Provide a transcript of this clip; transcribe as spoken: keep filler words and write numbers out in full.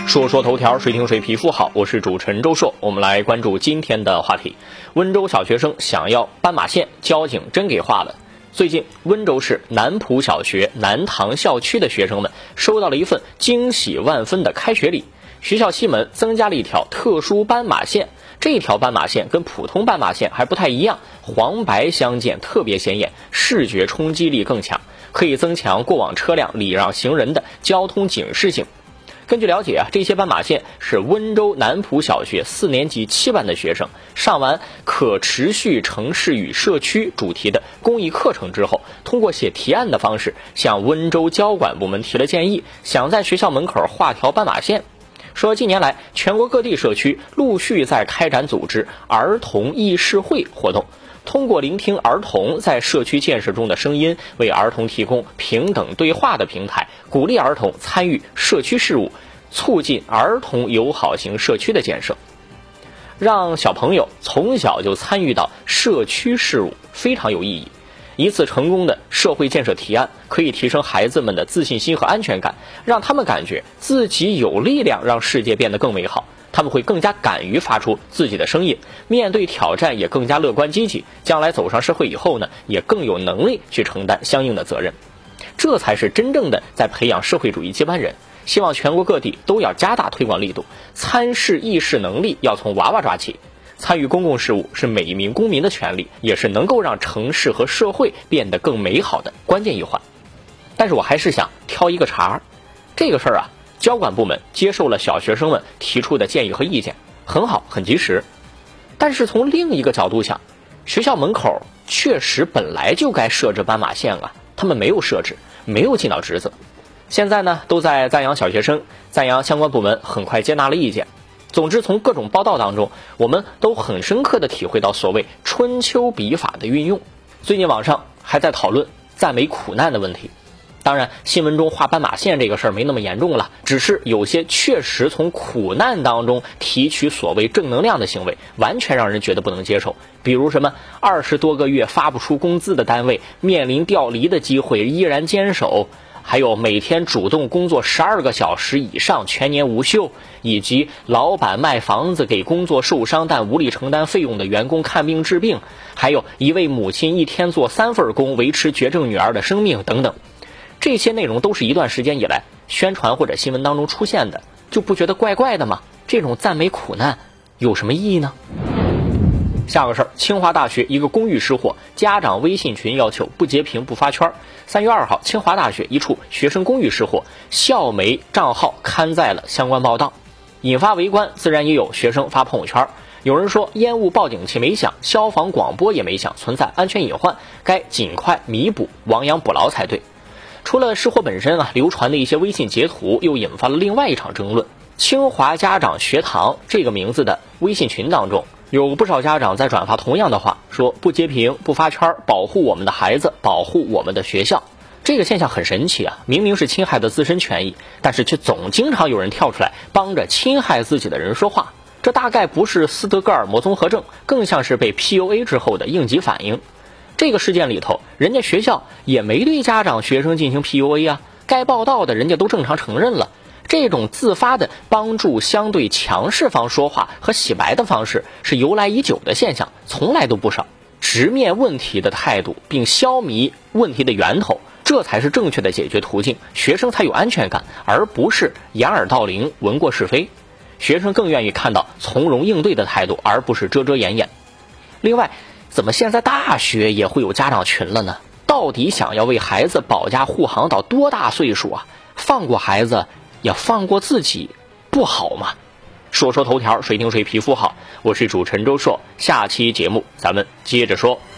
说说头条，谁听谁皮肤好，我是主持人周硕。我们来关注今天的话题。温州小学生想要斑马线，交警真给划了。最近，温州市南浦小学南塘校区的学生们收到了一份惊喜万分的开学礼。学校西门增加了一条特殊斑马线，这条斑马线跟普通斑马线还不太一样，黄白相间，特别显眼，视觉冲击力更强，可以增强过往车辆礼让行人的交通警示性。根据了解啊，这些斑马线是温州南浦小学四年级七班的学生上完可持续城市与社区主题的公益课程之后，通过写提案的方式向温州交管部门提了建议，想在学校门口画条斑马线。说近年来全国各地社区陆续在开展组织儿童议事会活动，通过聆听儿童在社区建设中的声音，为儿童提供平等对话的平台，鼓励儿童参与社区事务，促进儿童友好型社区的建设。让小朋友从小就参与到社区事务非常有意义。一次成功的社会建设提案可以提升孩子们的自信心和安全感，让他们感觉自己有力量让世界变得更美好。他们会更加敢于发出自己的声音，面对挑战也更加乐观积极，将来走上社会以后呢，也更有能力去承担相应的责任。这才是真正的在培养社会主义接班人。希望全国各地都要加大推广力度，参事议事能力要从娃娃抓起。参与公共事务是每一名公民的权利，也是能够让城市和社会变得更美好的关键一环。但是我还是想挑一个茬，这个事儿啊，交管部门接受了小学生们提出的建议和意见，很好，很及时。但是从另一个角度想，学校门口确实本来就该设置斑马线啊，他们没有设置，没有尽到职责。现在呢，都在赞扬小学生，赞扬相关部门很快接纳了意见。总之，从各种报道当中，我们都很深刻地体会到所谓春秋笔法的运用。最近网上还在讨论赞美苦难的问题。当然，新闻中画斑马线这个事儿没那么严重了，只是有些确实从苦难当中提取所谓正能量的行为，完全让人觉得不能接受。比如什么二十多个月发不出工资的单位，面临调离的机会依然坚守，还有每天主动工作十二个小时以上全年无休，以及老板卖房子给工作受伤但无力承担费用的员工看病治病，还有一位母亲一天做三份工维持绝症女儿的生命等等。这些内容都是一段时间以来宣传或者新闻当中出现的，就不觉得怪怪的吗？这种赞美苦难有什么意义呢？下个事儿，清华大学一个公寓失火，家长微信群要求不截屏不发圈。三月二号，清华大学一处学生公寓失火，校媒账号刊载了相关报道，引发围观，自然也有学生发朋友圈。有人说烟雾报警器没响，消防广播也没响，存在安全隐患，该尽快弥补，亡羊补牢才对。除了失火本身啊，流传的一些微信截图又引发了另外一场争论。清华家长学堂这个名字的微信群当中，有不少家长在转发同样的话，说不截屏不发圈，保护我们的孩子，保护我们的学校。这个现象很神奇啊，明明是侵害的自身权益，但是却总经常有人跳出来帮着侵害自己的人说话。这大概不是斯德哥尔摩综合症，更像是被 P U A 之后的应急反应。这个事件里头，人家学校也没对家长学生进行 P U A 啊，该报道的人家都正常承认了。这种自发的帮助相对强势方说话和洗白的方式是由来已久的现象，从来都不少。直面问题的态度并消弭问题的源头，这才是正确的解决途径，学生才有安全感，而不是掩耳盗铃闻过是非。学生更愿意看到从容应对的态度，而不是遮遮掩掩。另外，怎么现在大学也会有家长群了呢？到底想要为孩子保驾护航到多大岁数啊？放过孩子也放过自己，不好吗？说说头条，谁听谁皮肤好。我是主持人周硕，下期节目咱们接着说。